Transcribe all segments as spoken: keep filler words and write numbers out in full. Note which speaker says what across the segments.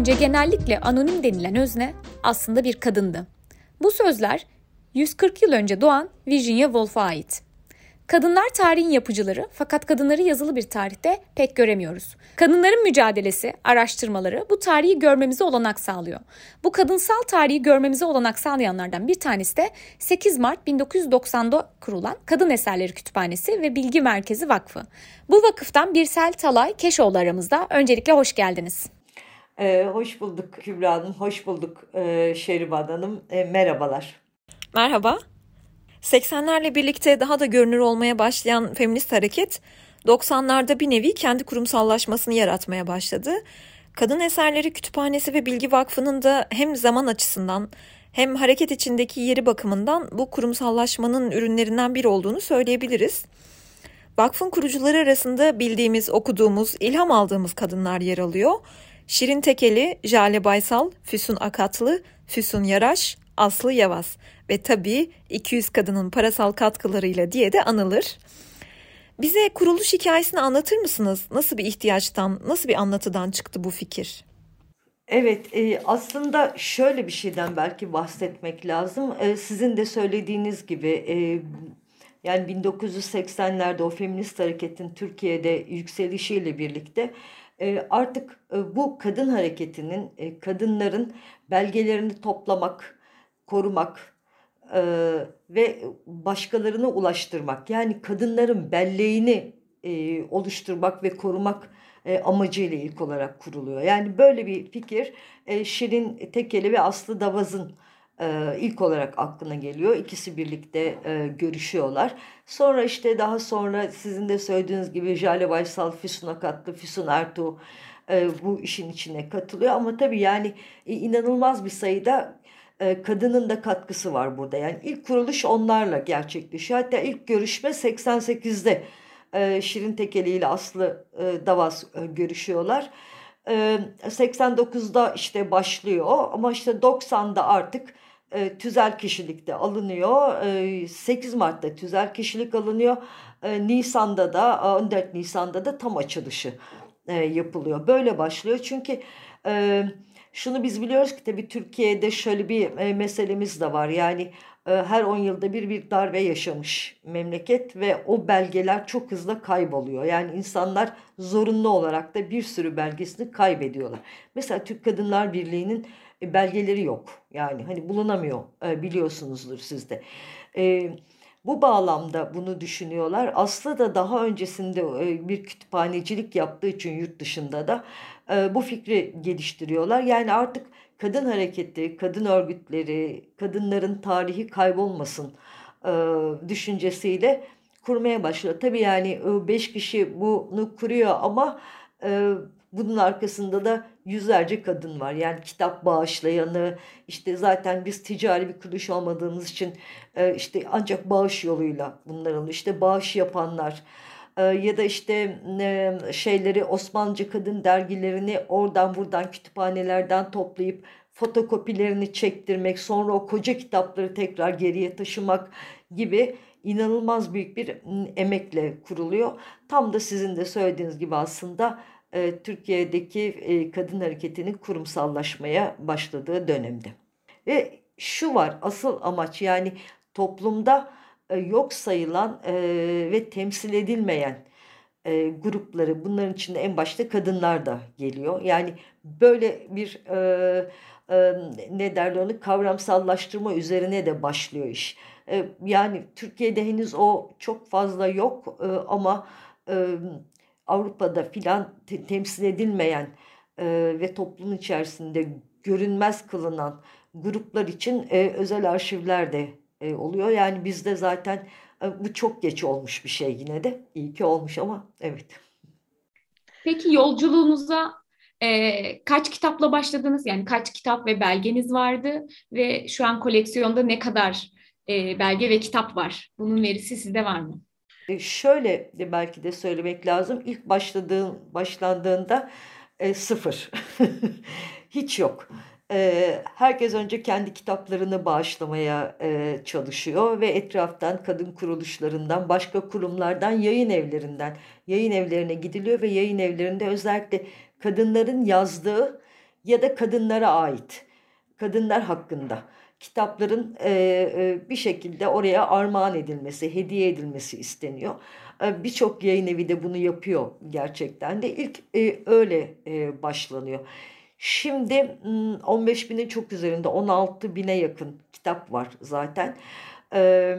Speaker 1: önce genellikle anonim denilen özne aslında bir kadındı. Bu sözler yüz kırk yıl önce doğan Virginia Woolf'a ait. Kadınlar tarihin yapıcıları fakat kadınları yazılı bir tarihte pek göremiyoruz. Kadınların mücadelesi, araştırmaları bu tarihi görmemize olanak sağlıyor. Bu kadınsal tarihi görmemize olanak sağlayanlardan bir tanesi de sekiz Mart bin dokuz yüz doksanda kurulan Kadın Eserleri Kütüphanesi ve Bilgi Merkezi Vakfı. Bu vakıftan Birsel Talay Keşoğlu aramızda. Öncelikle hoş geldiniz.
Speaker 2: Ee, hoş bulduk Kübra Hanım, hoş bulduk ee, Şehriban Hanım. Ee, merhabalar.
Speaker 3: Merhaba. seksenlerle birlikte daha da görünür olmaya başlayan feminist hareket, doksanlarda bir nevi kendi kurumsallaşmasını yaratmaya başladı. Kadın Eserleri Kütüphanesi ve Bilgi Vakfı'nın da hem zaman açısından hem hareket içindeki yeri bakımından bu kurumsallaşmanın ürünlerinden biri olduğunu söyleyebiliriz. Vakfın kurucuları arasında bildiğimiz, okuduğumuz, ilham aldığımız kadınlar yer alıyor. Şirin Tekeli, Jale Baysal, Füsun Akatlı, Füsun Yaraş, Aslı Yavaz ve tabii iki yüz kadının parasal katkılarıyla diye de anılır. Bize kuruluş hikayesini anlatır mısınız? Nasıl bir ihtiyaçtan, nasıl bir anlatıdan çıktı bu fikir?
Speaker 2: Evet, e, aslında şöyle bir şeyden belki bahsetmek lazım. E, sizin de söylediğiniz gibi e, yani bin dokuz yüz seksenlerde o feminist hareketin Türkiye'de yükselişiyle birlikte e, artık e, bu kadın hareketinin, e, kadınların belgelerini toplamak, korumak e, ve başkalarına ulaştırmak, yani kadınların belleğini e, oluşturmak ve korumak e, amacıyla ilk olarak kuruluyor. Yani böyle bir fikir e, Şirin Tekeli ve Aslı Davaz'ın e, ilk olarak aklına geliyor. İkisi birlikte e, görüşüyorlar. Sonra işte daha sonra sizin de söylediğiniz gibi Jale Baysal, Füsun Akatlı, Füsun Ertuğ e, bu işin içine katılıyor. Ama tabii yani e, inanılmaz bir sayıda e, kadının da katkısı var burada. Yani ilk kuruluş onlarla gerçekleşiyor. Hatta ilk görüşme seksen sekizde e, Şirin Tekeli ile Aslı e, Davaz e, görüşüyorlar. E, seksen dokuzda işte başlıyor ama işte doksanda artık e, tüzel kişilikte alınıyor. E, sekiz Mart'ta tüzel kişilik alınıyor. E, Nisan'da da on dört Nisan'da da tam açılışı e, yapılıyor. Böyle başlıyor çünkü e, şunu biz biliyoruz ki tabii Türkiye'de şöyle bir e, meselemiz de var. Yani e, her on yılda bir bir darbe yaşamış memleket ve o belgeler çok hızlı kayboluyor. Yani insanlar zorunlu olarak da bir sürü belgesini kaybediyorlar. Mesela Türk Kadınlar Birliği'nin e, belgeleri yok. Yani hani bulunamıyor, e, biliyorsunuzdur siz de. E, Bu bağlamda bunu düşünüyorlar. Aslı da daha öncesinde e, bir kütüphanecilik yaptığı için yurt dışında da e, bu fikri geliştiriyorlar. Yani artık kadın hareketi, kadın örgütleri, kadınların tarihi kaybolmasın e, düşüncesiyle kurmaya başlıyor. Tabii yani e, beş kişi bunu kuruyor ama e, bunun arkasında da yüzlerce kadın var. Yani kitap bağışlayanı, işte zaten biz ticari bir kuruluş olmadığımız için e, işte ancak bağış yoluyla bunlar oluyor. İşte bağış yapanlar e, ya da işte e, şeyleri Osmanlıca kadın dergilerini oradan buradan kütüphanelerden toplayıp fotokopilerini çektirmek, sonra o koca kitapları tekrar geriye taşımak gibi inanılmaz büyük bir m, emekle kuruluyor. Tam da sizin de söylediğiniz gibi aslında e, Türkiye'deki e, kadın hareketinin kurumsallaşmaya başladığı dönemde. Ve şu var asıl amaç, yani toplumda e, yok sayılan e, ve temsil edilmeyen e, grupları, bunların içinde en başta kadınlar da geliyor. Yani böyle bir e, e, ne derler onu, kavramsallaştırma üzerine de başlıyor iş. E, yani Türkiye'de henüz o çok fazla yok e, ama e, Avrupa'da filan te- temsil edilmeyen e, ve toplumun içerisinde görünmez kılınan gruplar için e, özel arşivler de e, oluyor. Yani bizde zaten e, bu çok geç olmuş bir şey, yine de iyi ki olmuş ama evet.
Speaker 1: Peki yolculuğunuza e, kaç kitapla başladınız? Yani kaç kitap ve belgeniz vardı ve şu an koleksiyonda ne kadar e, belge ve kitap var? Bunun verisi sizde var mı?
Speaker 2: E, şöyle de belki de söylemek lazım. İlk başladığım başlandığında e, sıfır. Hiç yok. E, herkes önce kendi kitaplarını bağışlamaya e, çalışıyor ve etraftan kadın kuruluşlarından, başka kurumlardan, yayın evlerinden yayın evlerine gidiliyor ve yayın evlerinde özellikle kadınların yazdığı ya da kadınlara ait, kadınlar hakkında kitapların e, e, bir şekilde oraya armağan edilmesi, hediye edilmesi isteniyor. E, Birçok yayın evi de bunu yapıyor gerçekten de. İlk e, öyle e, başlanıyor. Şimdi m, on beş binin çok üzerinde, on altı bine yakın kitap var zaten. E,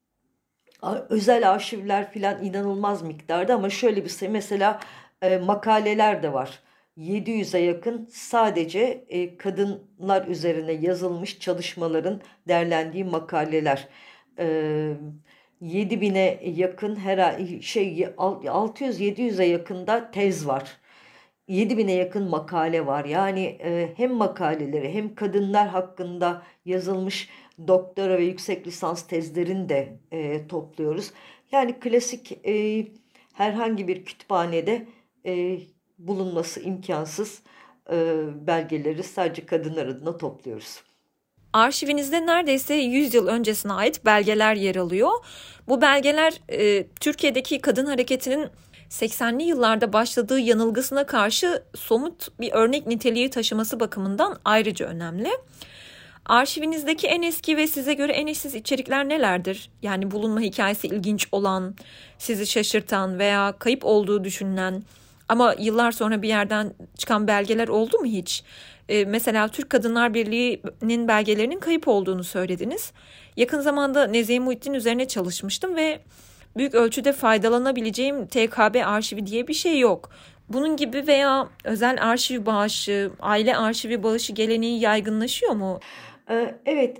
Speaker 2: a- Özel arşivler filan inanılmaz miktarda, ama şöyle bir şey, mesela e, makaleler de var. yedi yüze yakın sadece e, kadınlar üzerine yazılmış çalışmaların derlendiği makaleler. E, yedi bine yakın her şey, altı yüz yedi yüze yakında tez var. yedi bine yakın makale var. Yani e, hem makaleleri hem kadınlar hakkında yazılmış doktora ve yüksek lisans tezlerini de e, topluyoruz. Yani klasik e, herhangi bir kütüphanede e, bulunması imkansız e, belgeleri sadece kadınlar adına topluyoruz.
Speaker 3: Arşivinizde neredeyse yüz yıl öncesine ait belgeler yer alıyor. Bu belgeler e, Türkiye'deki kadın hareketinin seksenli yıllarda başladığı yanılgısına karşı somut bir örnek niteliği taşıması bakımından ayrıca önemli. Arşivinizdeki en eski ve size göre en eşsiz içerikler nelerdir? Yani bulunma hikayesi ilginç olan, sizi şaşırtan veya kayıp olduğu düşünülen ama yıllar sonra bir yerden çıkan belgeler oldu mu hiç? Ee, mesela Türk Kadınlar Birliği'nin belgelerinin kayıp olduğunu söylediniz. Yakın zamanda Nezihe Muhittin üzerine çalışmıştım ve büyük ölçüde faydalanabileceğim T K B arşivi diye bir şey yok. Bunun gibi veya özel arşiv bağışı, aile arşivi bağışı geleneği yaygınlaşıyor mu?
Speaker 2: Ee, Evet,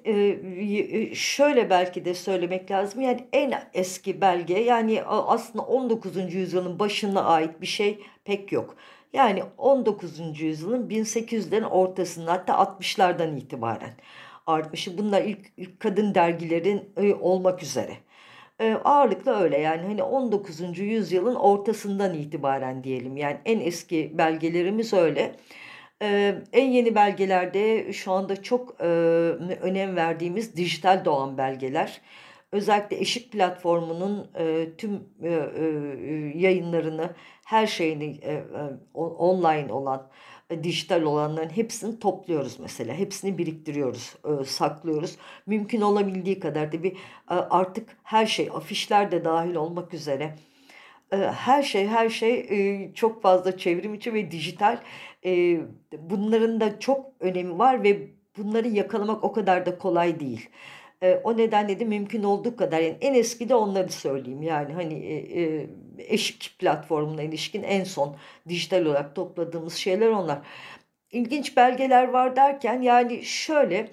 Speaker 2: e, şöyle belki de söylemek lazım. Yani en eski belge, yani aslında on dokuzuncu yüzyılın başına ait bir şey pek yok. Yani on dokuzuncu yüzyılın bin sekiz yüzlerin ortasında, hatta altmışlardan itibaren artmış. Bunlar ilk, ilk kadın dergilerin e, olmak üzere. E, ağırlıklı öyle, yani hani on dokuzuncu yüzyılın ortasından itibaren diyelim. Yani en eski belgelerimiz öyle. Ee, en yeni belgelerde şu anda çok e, önem verdiğimiz dijital doğan belgeler. Özellikle Eşik platformunun e, tüm e, e, yayınlarını, her şeyini e, e, online olan, e, dijital olanların hepsini topluyoruz mesela. Hepsini biriktiriyoruz, e, saklıyoruz. Mümkün olabildiği kadar da bir e, artık her şey, afişler de dahil olmak üzere. E, Her şey her şey e, çok fazla çevrim içi ve dijital. E, Bunların da çok önemi var ve bunları yakalamak o kadar da kolay değil. E, O nedenle de mümkün olduğu kadar, yani en eski de onları söyleyeyim. Yani hani e, e, Eşik platformuna ilişkin en son dijital olarak topladığımız şeyler onlar. İlginç belgeler var derken, yani şöyle,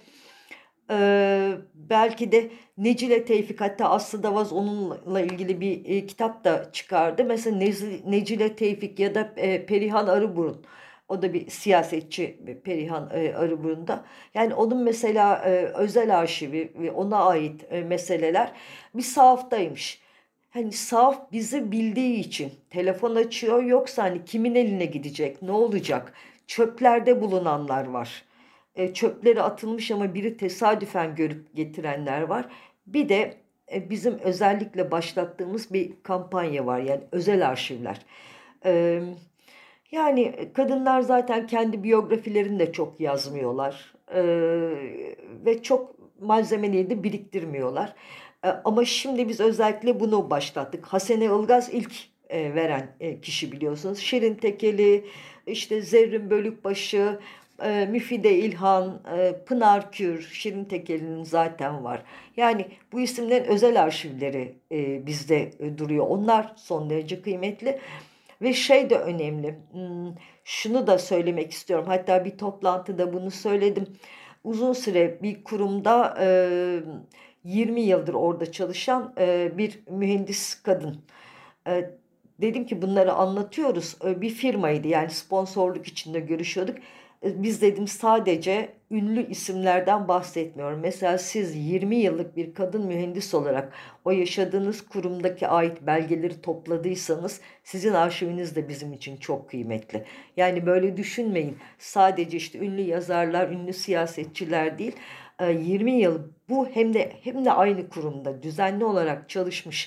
Speaker 2: ee, belki de Necile Tevfik, hatta Aslı Davaz onunla ilgili bir e, kitap da çıkardı. Mesela Nezi- Necile Tevfik ya da e, Perihan Arıburun. O da bir siyasetçi, Perihan e, Arıburun'da. Yani onun mesela e, özel arşivi ve ona ait e, meseleler bir sahaftaymış. Hani sahaf bizi bildiği için telefon açıyor, yoksa hani kimin eline gidecek, ne olacak? Çöplerde bulunanlar var. E, çöpleri atılmış ama biri tesadüfen görüp getirenler var. Bir de e, bizim özellikle başlattığımız bir kampanya var, yani özel arşivler. E, Yani kadınlar zaten kendi biyografilerini de çok yazmıyorlar. E, ve çok malzemeleri de biriktirmiyorlar. E, ama şimdi biz özellikle bunu başlattık. Hasene Ilgaz ilk e, veren e, kişi, biliyorsunuz. Şirin Tekeli, işte Zerrin Bölükbaşı, e, Müfide İlhan, e, Pınar Kür, Şirin Tekeli'nin zaten var. Yani bu isimlerin özel arşivleri e, bizde e, duruyor. Onlar son derece kıymetli. Ve şey de önemli. Hmm, Şunu da söylemek istiyorum. Hatta bir toplantıda bunu söyledim. Uzun süre bir kurumda e, yirmi yıldır orada çalışan e, bir mühendis kadın. E, Dedim ki bunları anlatıyoruz. E, bir firmaydı, yani sponsorluk içinde görüşüyorduk. E, Biz, dedim, sadece ünlü isimlerden bahsetmiyorum. Mesela siz yirmi yıllık bir kadın mühendis olarak o yaşadığınız kurumdaki ait belgeleri topladıysanız, sizin arşiviniz de bizim için çok kıymetli. Yani böyle düşünmeyin. Sadece işte ünlü yazarlar, ünlü siyasetçiler değil. E, yirmi yıl bu, hem de hem de aynı kurumda düzenli olarak çalışmış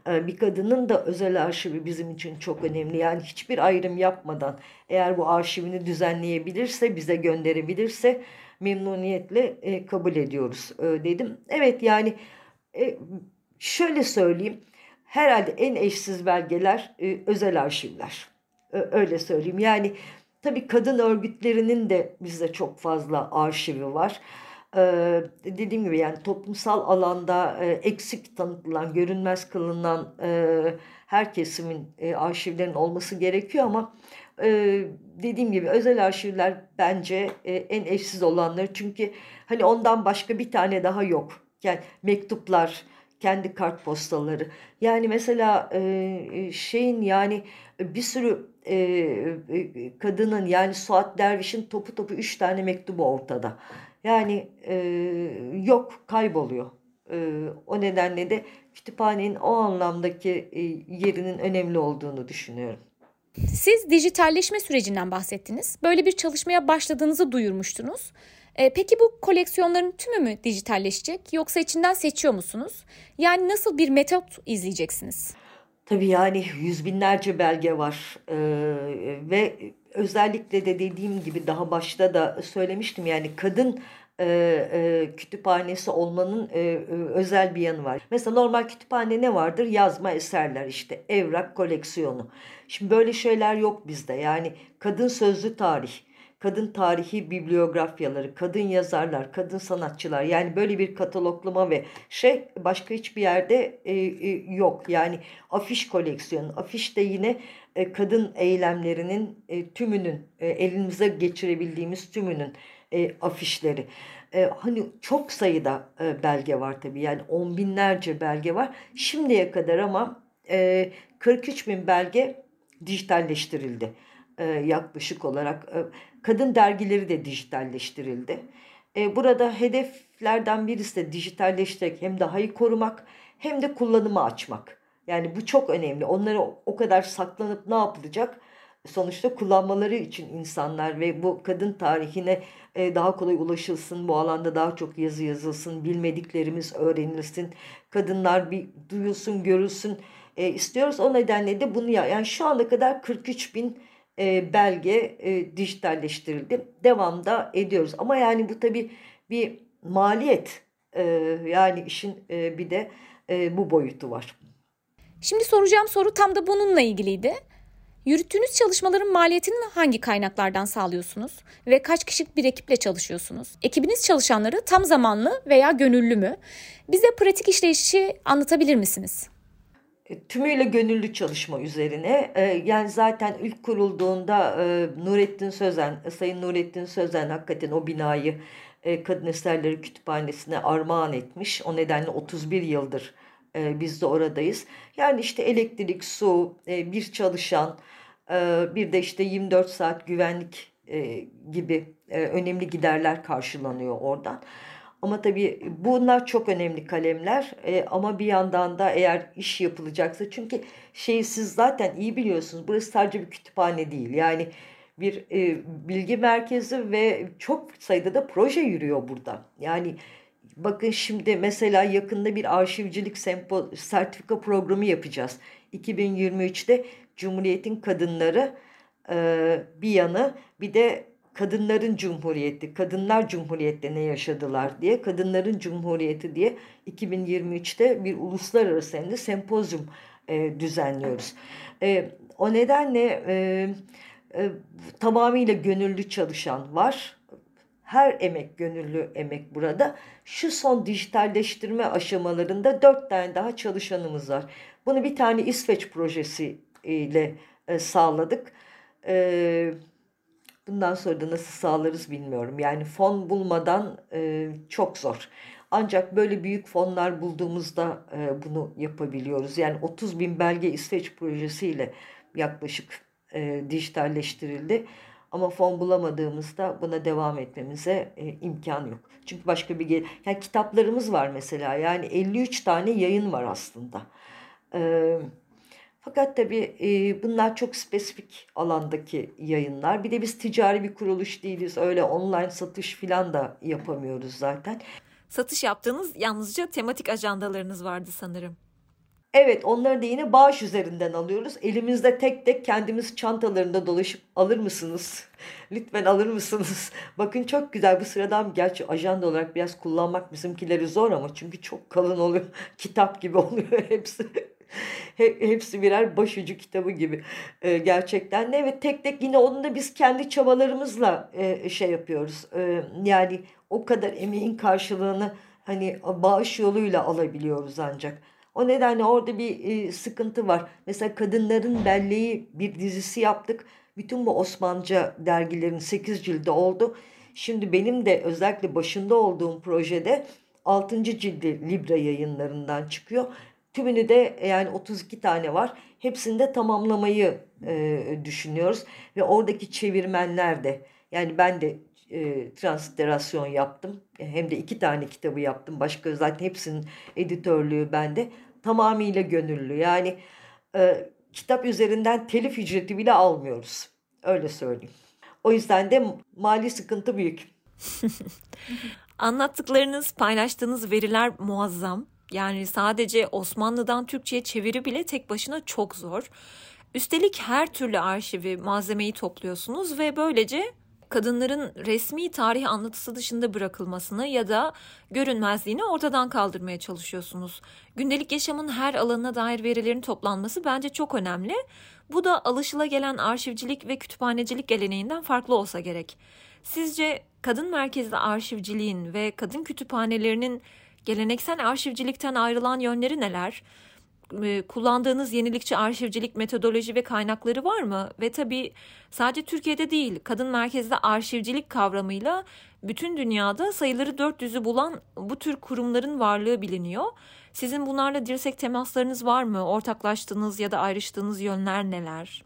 Speaker 2: E, bir kadının da özel arşivi bizim için çok önemli. Yani hiçbir ayrım yapmadan eğer bu arşivini düzenleyebilirse, bize gönderebilirse memnuniyetle e, kabul ediyoruz e, dedim. Evet yani e, şöyle söyleyeyim. Herhalde en eşsiz belgeler e, özel arşivler. E, öyle söyleyeyim. Yani tabii kadın örgütlerinin de bizde çok fazla arşivi var. Ee, dediğim gibi yani toplumsal alanda e, eksik tanıtılan, görünmez kılınan e, her kesimin e, arşivlerin olması gerekiyor ama e, dediğim gibi özel arşivler bence e, en eşsiz olanları. Çünkü hani ondan başka bir tane daha yok. Yani mektuplar, kendi kartpostaları. Yani mesela e, şeyin yani bir sürü e, e, kadının yani Suat Derviş'in topu topu üç tane mektubu ortada. Yani e, yok kayboluyor. E, o nedenle de kütüphanenin o anlamdaki e, yerinin önemli olduğunu düşünüyorum.
Speaker 1: Siz dijitalleşme sürecinden bahsettiniz. Böyle bir çalışmaya başladığınızı duyurmuştunuz. E, peki bu koleksiyonların tümü mü dijitalleşecek yoksa içinden seçiyor musunuz? Yani nasıl bir metot izleyeceksiniz?
Speaker 2: Tabii yani yüz binlerce belge var ee, ve özellikle de dediğim gibi daha başta da söylemiştim yani kadın e, e, kütüphanesi olmanın e, e, özel bir yanı var. Mesela normal kütüphane ne vardır? Yazma eserler işte evrak koleksiyonu. Şimdi böyle şeyler yok bizde yani kadın sözlü tarih. Kadın tarihi bibliografyaları, kadın yazarlar, kadın sanatçılar yani böyle bir kataloglama ve şey başka hiçbir yerde e, e, yok. Yani afiş koleksiyonu, afiş de yine e, kadın eylemlerinin e, tümünün e, elimize geçirebildiğimiz tümünün e, afişleri. E, hani çok sayıda e, belge var tabii yani on binlerce belge var şimdiye kadar ama e, kırk üç bin belge dijitalleştirildi e, yaklaşık olarak. E, kadın dergileri de dijitalleştirildi. E, burada hedeflerden birisi de dijitalleştirerek hem daha iyi korumak hem de kullanıma açmak. Yani bu çok önemli. Onları o kadar saklanıp ne yapılacak? Sonuçta kullanmaları için insanlar ve bu kadın tarihine e, daha kolay ulaşılsın, bu alanda daha çok yazı yazılsın, bilmediklerimiz öğrenilsin, kadınlar bir duyulsun, görülsün e, istiyoruz. O nedenle de bunu ya yani şu ana kadar kırk üç bin e, belge e, dijitalleştirildi. Devamda ediyoruz. Ama yani bu tabii bir maliyet. E, yani işin e, bir de e, bu boyutu var.
Speaker 1: Şimdi soracağım soru tam da bununla ilgiliydi. Yürüttüğünüz çalışmaların maliyetini hangi kaynaklardan sağlıyorsunuz ve kaç kişilik bir ekiple çalışıyorsunuz? Ekibiniz çalışanları tam zamanlı veya gönüllü mü? Bize pratik işleyişi anlatabilir misiniz?
Speaker 2: Tümüyle gönüllü çalışma üzerine yani zaten ilk kurulduğunda Nurettin Sözen, Sayın Nurettin Sözen hakikaten o binayı Kadın Eserleri Kütüphanesi'ne armağan etmiş. O nedenle otuz bir yıldır biz de oradayız. Yani işte elektrik, su, bir çalışan, bir de işte yirmi dört saat güvenlik gibi önemli giderler karşılanıyor oradan. Ama tabii bunlar çok önemli kalemler e, ama bir yandan da eğer iş yapılacaksa çünkü şeyi siz zaten iyi biliyorsunuz burası sadece bir kütüphane değil yani bir e, bilgi merkezi ve çok sayıda da proje yürüyor burada. Yani bakın şimdi mesela yakında bir arşivcilik sempo sertifika programı yapacağız. iki bin yirmi üçte Cumhuriyet'in kadınları e, bir yanı bir de Kadınların Cumhuriyeti, Kadınlar Cumhuriyet'te ne yaşadılar diye, Kadınların Cumhuriyeti diye iki bin yirmi üçte bir uluslararası hem de sempozyum e, düzenliyoruz. E, o nedenle e, e, tamamıyla gönüllü çalışan var. Her emek gönüllü emek burada. Şu son dijitalleştirme aşamalarında dört tane daha çalışanımız var. Bunu bir tane İsveç projesi ile e, sağladık. Evet. Bundan sonra da nasıl sağlarız bilmiyorum. Yani fon bulmadan e, çok zor. Ancak böyle büyük fonlar bulduğumuzda e, bunu yapabiliyoruz. Yani otuz bin belge İsveç projesiyle yaklaşık e, dijitalleştirildi. Ama fon bulamadığımızda buna devam etmemize e, imkan yok. Çünkü başka bir yani kitaplarımız var mesela. Yani elli üç tane yayın var aslında. Evet. Fakat tabii e, bunlar çok spesifik alandaki yayınlar. Bir de biz ticari bir kuruluş değiliz. Öyle online satış falan da yapamıyoruz zaten.
Speaker 3: Satış yaptığınız yalnızca tematik ajandalarınız vardı sanırım.
Speaker 2: Evet, onları da yine bağış üzerinden alıyoruz. Elimizde tek tek kendimiz çantalarında dolaşıp alır mısınız? Lütfen alır mısınız? Bakın çok güzel, bu sıradan, gerçi ajanda olarak biraz kullanmak bizimkileri zor ama çünkü çok kalın oluyor. Kitap gibi oluyor hepsi. Hepsi birer başucu kitabı gibi. Ee, gerçekten de evet, tek tek yine onu da biz kendi çabalarımızla e, şey yapıyoruz. Ee, yani o kadar emeğin karşılığını hani bağış yoluyla alabiliyoruz ancak. O nedenle orada bir e, sıkıntı var. Mesela Kadınların Belleği bir dizisi yaptık. Bütün bu Osmanlıca dergilerin sekiz cildi oldu. Şimdi benim de özellikle başında olduğum projede altıncı cildi Libra Yayınlarından çıkıyor. Tümünü de yani otuz iki tane var. Hepsini de tamamlamayı e, düşünüyoruz. Ve oradaki çevirmenler de, yani ben de e, transliterasyon yaptım. Hem de iki tane kitabı yaptım. Başka zaten hepsinin editörlüğü bende. Tamamıyla gönüllü. Yani e, kitap üzerinden telif ücreti bile almıyoruz. Öyle söyleyeyim. O yüzden de mali sıkıntı büyük.
Speaker 3: Anlattıklarınız, paylaştığınız veriler muazzam. Yani sadece Osmanlı'dan Türkçe'ye çeviri bile tek başına çok zor. Üstelik her türlü arşivi, malzemeyi topluyorsunuz ve böylece kadınların resmi tarih anlatısı dışında bırakılmasını ya da görünmezliğini ortadan kaldırmaya çalışıyorsunuz. Gündelik yaşamın her alanına dair verilerin toplanması bence çok önemli. Bu da alışılagelen arşivcilik ve kütüphanecilik geleneğinden farklı olsa gerek. Sizce kadın merkezli arşivciliğin ve kadın kütüphanelerinin geleneksel arşivcilikten ayrılan yönleri neler? Kullandığınız yenilikçi arşivcilik metodoloji ve kaynakları var mı? Ve tabii sadece Türkiye'de değil, kadın merkezli arşivcilik kavramıyla bütün dünyada sayıları dört yüzü bulan bu tür kurumların varlığı biliniyor. Sizin bunlarla dirsek temaslarınız var mı? Ortaklaştığınız ya da ayrıştığınız yönler neler?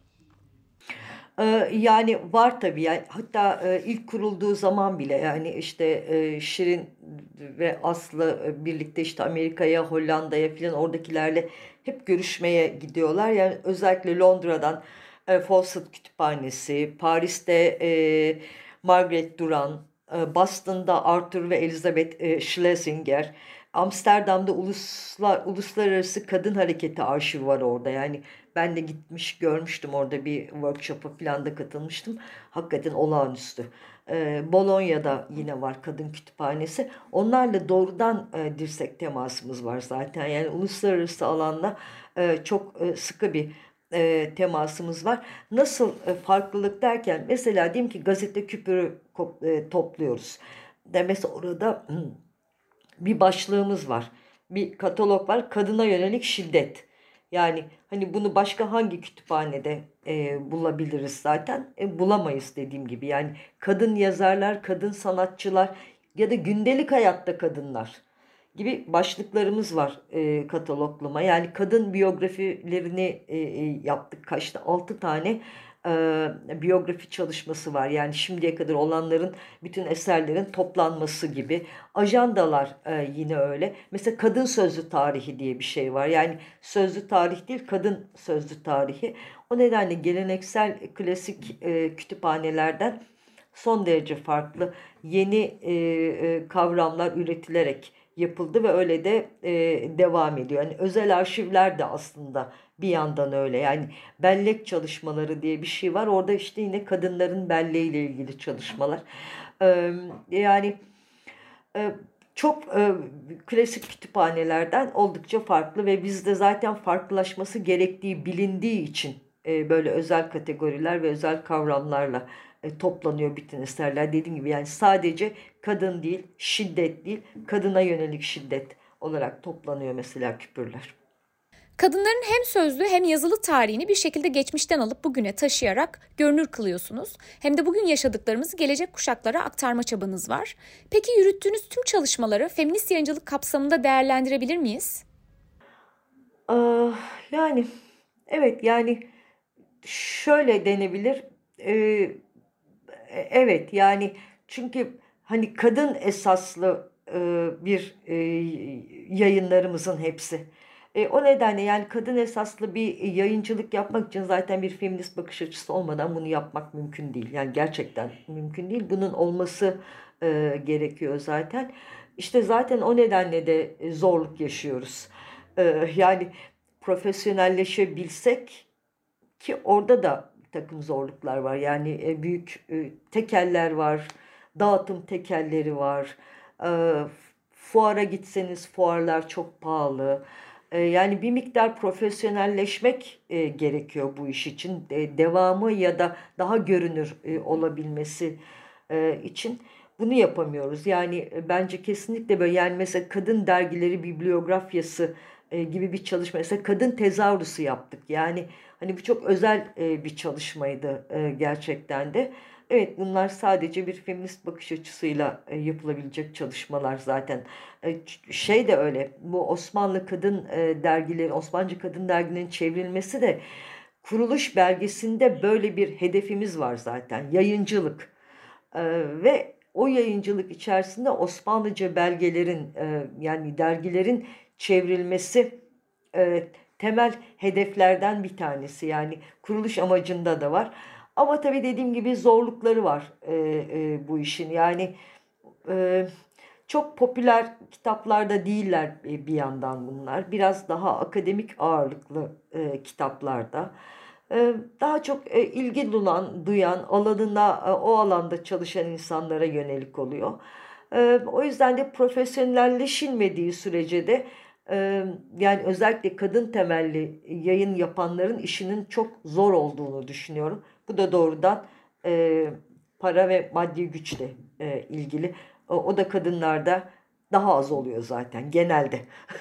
Speaker 2: Yani var tabii, yani hatta ilk kurulduğu zaman bile, yani işte Şirin ve Aslı birlikte işte Amerika'ya, Hollanda'ya filan, oradakilerle hep görüşmeye gidiyorlar. Yani özellikle Londra'dan Fawcett Kütüphanesi, Paris'te Margaret Duran, Boston'da Arthur ve Elizabeth Schlesinger, Amsterdam'da Uluslar, Uluslararası Kadın Hareketi arşivi var orada. Yani ben de gitmiş görmüştüm, orada bir workshop'a falan da katılmıştım. Hakikaten olağanüstü. Ee, Bolonya'da yine var kadın kütüphanesi. Onlarla doğrudan e, dirsek temasımız var zaten. Yani uluslararası alanda e, çok e, sıkı bir e, temasımız var. Nasıl e, farklılık derken, mesela diyelim ki gazete küpürü e, topluyoruz. De mesela orada bir başlığımız var. Bir katalog var. Kadına yönelik şiddet. Yani hani bunu başka hangi kütüphanede e, bulabiliriz zaten? E, bulamayız dediğim gibi. Yani kadın yazarlar, kadın sanatçılar ya da gündelik hayatta kadınlar gibi başlıklarımız var e, kataloglama. Yani kadın biyografilerini e, e, yaptık. Kaçta? Altı tane e, biyografi çalışması var. Yani şimdiye kadar olanların, bütün eserlerin toplanması gibi. Ajandalar e, yine öyle. Mesela kadın sözlü tarihi diye bir şey var. Yani sözlü tarih değil, kadın sözlü tarihi. O nedenle geleneksel klasik e, kütüphanelerden son derece farklı yeni e, e, kavramlar üretilerek yapıldı ve öyle de e, devam ediyor. Yani özel arşivler de aslında bir yandan öyle. Yani bellek çalışmaları diye bir şey var. Orada işte yine kadınların belleğiyle ilgili çalışmalar. E, yani e, çok e, klasik kütüphanelerden oldukça farklı ve bizde zaten farklılaşması gerektiği bilindiği için e, böyle özel kategoriler ve özel kavramlarla e, toplanıyor bütün eserler. Dediğim gibi, yani sadece kadın değil, şiddet değil, kadına yönelik şiddet olarak toplanıyor mesela küpürler.
Speaker 1: Kadınların hem sözlü hem yazılı tarihini bir şekilde geçmişten alıp bugüne taşıyarak görünür kılıyorsunuz. Hem de bugün yaşadıklarımızı gelecek kuşaklara aktarma çabanız var. Peki yürüttüğünüz tüm çalışmaları feminist yayıncılık kapsamında değerlendirebilir miyiz?
Speaker 2: Ah, yani evet, yani şöyle denebilir. Ee, evet, yani çünkü hani kadın esaslı e, bir e, yayınlarımızın hepsi. E, o nedenle yani kadın esaslı bir yayıncılık yapmak için zaten bir feminist bakış açısı olmadan bunu yapmak mümkün değil. Yani gerçekten mümkün değil. Bunun olması e, gerekiyor zaten. İşte zaten o nedenle de zorluk yaşıyoruz. E, yani profesyonelleşebilsek, ki orada da bir takım zorluklar var. Yani e, büyük e, tekeller var, dağıtım tekelleri var. E, fuara gitseniz fuarlar çok pahalı. E, yani bir miktar profesyonelleşmek e, gerekiyor bu iş için. E, devamı ya da daha görünür e, olabilmesi e, için. Bunu yapamıyoruz. Yani e, bence kesinlikle böyle, yani mesela kadın dergileri bibliografyası e, gibi bir çalışma. Mesela kadın tezahürüsü yaptık. Yani hani bu çok özel e, bir çalışmaydı e, gerçekten de. Evet, bunlar sadece bir feminist bakış açısıyla e, yapılabilecek çalışmalar zaten. E, ç- şey de öyle. Bu Osmanlı kadın e, dergileri, Osmanlıca kadın dergilerinin çevrilmesi de, kuruluş belgesinde böyle bir hedefimiz var zaten. Yayıncılık. Ee, ve o yayıncılık içerisinde Osmanlıca belgelerin, e, yani dergilerin çevrilmesi e, temel hedeflerden bir tanesi. Yani kuruluş amacında da var. Ama tabii dediğim gibi zorlukları var e, e, bu işin. Yani e, çok popüler kitaplarda değiller e, bir yandan bunlar. Biraz daha akademik ağırlıklı e, kitaplarda. E, daha çok e, ilgi duyan, duyan, alanına, e, o alanda çalışan insanlara yönelik oluyor. E, o yüzden de profesyonelleşilmediği sürece de e, yani özellikle kadın temelli yayın yapanların işinin çok zor olduğunu düşünüyorum. Bu da doğrudan e, para ve maddi güçle e, ilgili. O, o da kadınlarda daha az oluyor zaten genelde.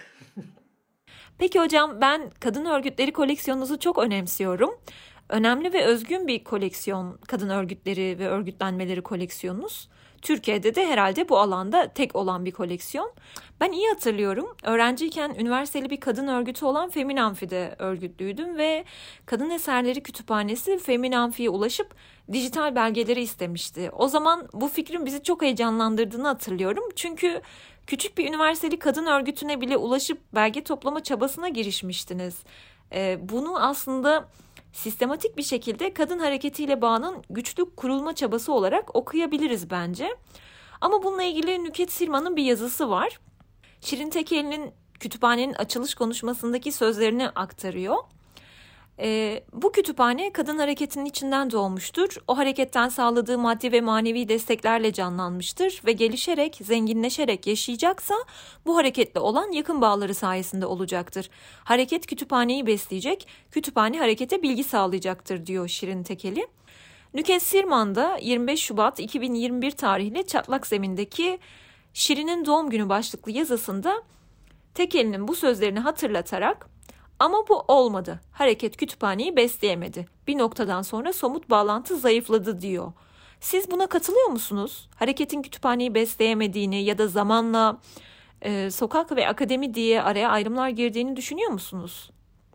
Speaker 3: Peki hocam, ben kadın örgütleri koleksiyonunuzu çok önemsiyorum. Önemli ve özgün bir koleksiyon, kadın örgütleri ve örgütlenmeleri koleksiyonunuz. Türkiye'de de herhalde bu alanda tek olan bir koleksiyon. Ben iyi hatırlıyorum. Öğrenciyken üniversiteli bir kadın örgütü olan Feminamfi'de örgütlüydüm ve Kadın Eserleri Kütüphanesi Feminamfi'ye ulaşıp dijital belgeleri istemişti. O zaman bu fikrin bizi çok heyecanlandırdığını hatırlıyorum. Çünkü küçük bir üniversiteli kadın örgütüne bile ulaşıp belge toplama çabasına girişmiştiniz. Ee, bunu aslında sistematik bir şekilde kadın hareketiyle bağının güçlü kurulma çabası olarak okuyabiliriz bence. Ama bununla ilgili Nükhet Sirman'ın bir yazısı var. Şirin Tekeli'nin kütüphanenin açılış konuşmasındaki sözlerini aktarıyor. Ee, bu kütüphane kadın hareketinin içinden doğmuştur. O hareketten sağladığı maddi ve manevi desteklerle canlanmıştır ve gelişerek, zenginleşerek yaşayacaksa bu hareketle olan yakın bağları sayesinde olacaktır. Hareket kütüphaneyi besleyecek, kütüphane harekete bilgi sağlayacaktır diyor Şirin Tekeli. Nükhet Sirman da yirmi beş Şubat iki bin yirmi bir tarihli Çatlak Zemin'deki Şirin'in doğum günü başlıklı yazısında Tekeli'nin bu sözlerini hatırlatarak "Ama bu olmadı. Hareket kütüphaneyi besleyemedi. Bir noktadan sonra somut bağlantı zayıfladı" diyor. Siz buna katılıyor musunuz? Hareketin kütüphaneyi besleyemediğini ya da zamanla e, sokak ve akademi diye araya ayrımlar girdiğini düşünüyor musunuz?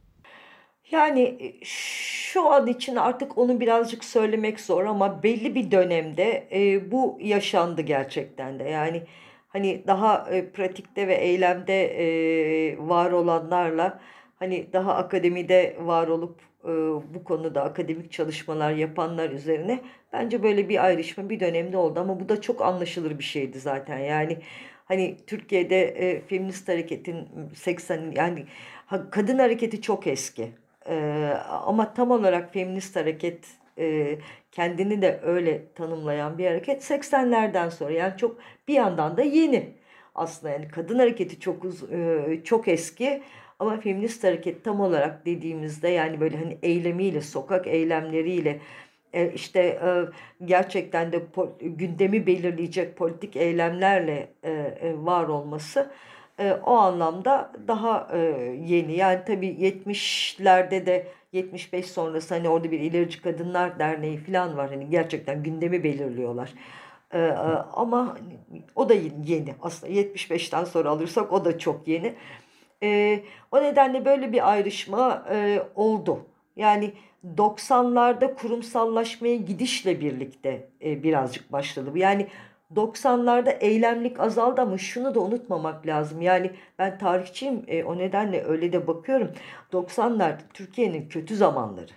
Speaker 2: Yani e, şu an için artık onu birazcık söylemek zor ama belli bir dönemde e, bu yaşandı gerçekten de. Yani hani daha e, pratikte ve eylemde e, var olanlarla, hani daha akademide var olup e, bu konuda akademik çalışmalar yapanlar üzerine bence böyle bir ayrışma bir dönemde oldu ama bu da çok anlaşılır bir şeydi zaten. Yani hani Türkiye'de e, feminist hareketin seksen, yani ha- kadın hareketi çok eski. Ee, ama tam olarak feminist hareket e, kendini de öyle tanımlayan bir hareket seksenlerden sonra, yani çok bir yandan da yeni aslında. Yani kadın hareketi çok uz e, çok eski ama feminist hareket tam olarak dediğimizde, yani böyle hani eylemiyle, sokak eylemleriyle, e, işte e, gerçekten de po- gündemi belirleyecek politik eylemlerle e, e, var olması e, o anlamda daha e, yeni. Yani tabii yetmişlerde de, yetmiş beş sonrası, hani orada bir İlerici Kadınlar Derneği falan var. Hani gerçekten gündemi belirliyorlar. E, e, ama hani o da yeni. Aslında yetmiş beşten sonra alırsak o da çok yeni. E, o nedenle böyle bir ayrışma e, oldu. Yani doksanlarda kurumsallaşmaya gidişle birlikte e, birazcık başladı bu. Yani doksanlarda eylemlik azaldı ama şunu da unutmamak lazım. Yani ben tarihçiyim, e, o nedenle öyle de bakıyorum. doksanlar Türkiye'nin kötü zamanları.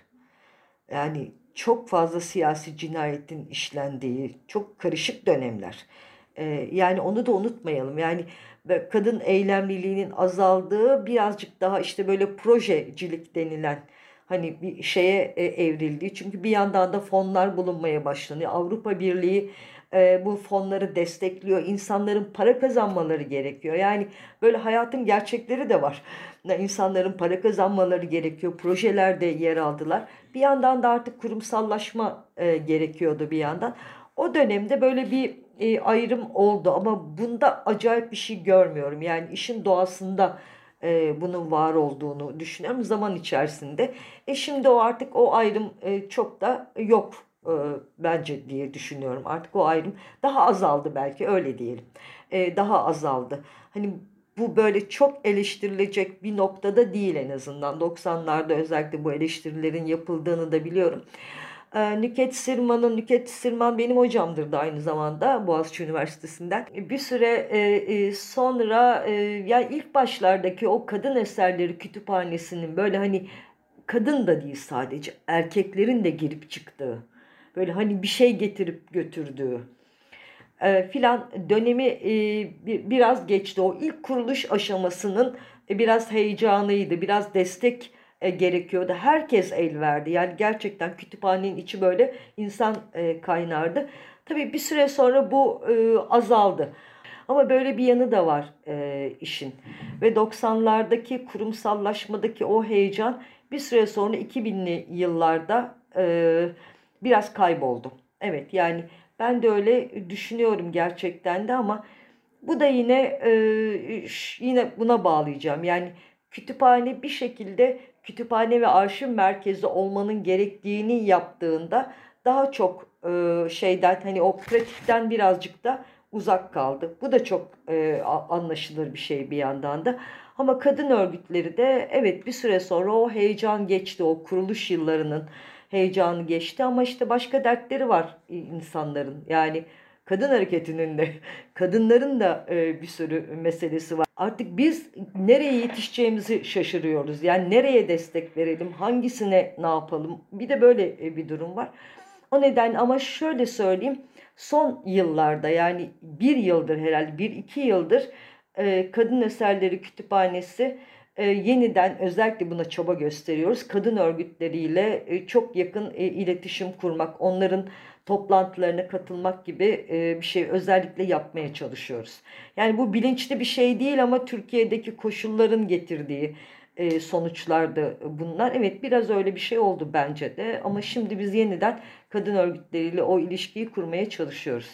Speaker 2: Yani çok fazla siyasi cinayetin işlendiği çok karışık dönemler. E, yani onu da unutmayalım. Yani kadın eylemliliğinin azaldığı, birazcık daha işte böyle projecilik denilen hani bir şeye evrildiği. Çünkü bir yandan da fonlar bulunmaya başlanıyor. Avrupa Birliği e, bu fonları destekliyor. İnsanların para kazanmaları gerekiyor. Yani böyle hayatın gerçekleri de var. İnsanların para kazanmaları gerekiyor. Projelerde yer aldılar. Bir yandan da artık kurumsallaşma e, gerekiyordu bir yandan. O dönemde böyle bir e, ayrım oldu ama bunda acayip bir şey görmüyorum. Yani işin doğasında e, bunun var olduğunu düşünüyorum zaman içerisinde. E şimdi o artık o ayrım e, çok da yok e, bence diye düşünüyorum. Artık o ayrım daha azaldı, belki öyle diyelim. E, daha azaldı. Hani bu böyle çok eleştirilecek bir noktada değil en azından. doksanlarda özellikle bu eleştirilerin yapıldığını da biliyorum. Nüket Sırman'ın, Nüket Sırman benim hocamdır da aynı zamanda Boğaziçi Üniversitesi'nden. Bir süre sonra yani ilk başlardaki o kadın eserleri kütüphanesinin böyle hani kadın da değil sadece erkeklerin de girip çıktığı, böyle hani bir şey getirip götürdüğü filan dönemi biraz geçti. O ilk kuruluş aşamasının biraz heyecanıydı, biraz destek gerekiyordu. Herkes el verdi. Yani gerçekten kütüphanenin içi böyle insan kaynardı. Tabii bir süre sonra bu azaldı. Ama böyle bir yanı da var işin. Ve doksanlardaki kurumsallaşmadaki o heyecan bir süre sonra iki binli yıllarda biraz kayboldu. Evet, yani ben de öyle düşünüyorum gerçekten de ama bu da yine yine buna bağlayacağım. Yani kütüphane bir şekilde kütüphane ve arşiv merkezi olmanın gerektiğini yaptığında daha çok e, şeyden hani o pratikten birazcık da uzak kaldı. Bu da çok e, anlaşılır bir şey bir yandan da. Ama kadın örgütleri de evet bir süre sonra o heyecan geçti. O kuruluş yıllarının heyecanı geçti ama işte başka dertleri var insanların. Yani kadın hareketinin de, kadınların da e, bir sürü meselesi var. Artık biz nereye yetişeceğimizi şaşırıyoruz. Yani nereye destek verelim, hangisine ne yapalım? Bir de böyle e, bir durum var. O nedenle ama şöyle söyleyeyim, son yıllarda yani bir yıldır herhalde, bir iki yıldır e, Kadın Eserleri Kütüphanesi e, yeniden özellikle buna çaba gösteriyoruz. Kadın örgütleriyle e, çok yakın e, iletişim kurmak, onların toplantılarına katılmak gibi e, bir şey özellikle yapmaya çalışıyoruz. Yani bu bilinçli bir şey değil ama Türkiye'deki koşulların getirdiği e, sonuçlardı bunlar. Evet, biraz öyle bir şey oldu bence de ama şimdi biz yeniden kadın örgütleriyle o ilişkiyi kurmaya çalışıyoruz.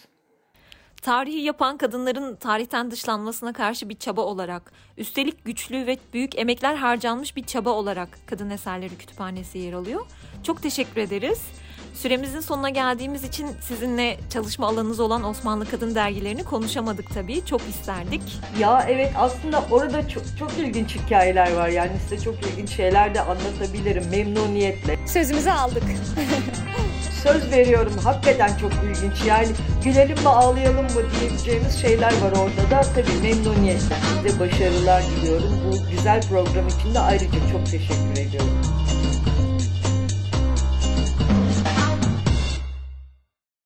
Speaker 3: Tarihi yapan kadınların tarihten dışlanmasına karşı bir çaba olarak, üstelik güçlü ve büyük emekler harcanmış bir çaba olarak Kadın Eserleri Kütüphanesi yer alıyor. Çok teşekkür ederiz. Süremizin sonuna geldiğimiz için sizinle çalışma alanınız olan Osmanlı Kadın dergilerini konuşamadık tabii. Çok isterdik.
Speaker 2: Ya evet, aslında orada çok, çok ilginç hikayeler var. Yani size çok ilginç şeyler de anlatabilirim memnuniyetle.
Speaker 1: Sözümüzü aldık.
Speaker 2: Söz veriyorum, hakikaten çok ilginç. Yani gülelim mi ağlayalım mı diyebileceğimiz şeyler var orada da. Tabii memnuniyetle. Size başarılar diliyorum. Bu güzel program için de ayrıca çok teşekkür ediyorum.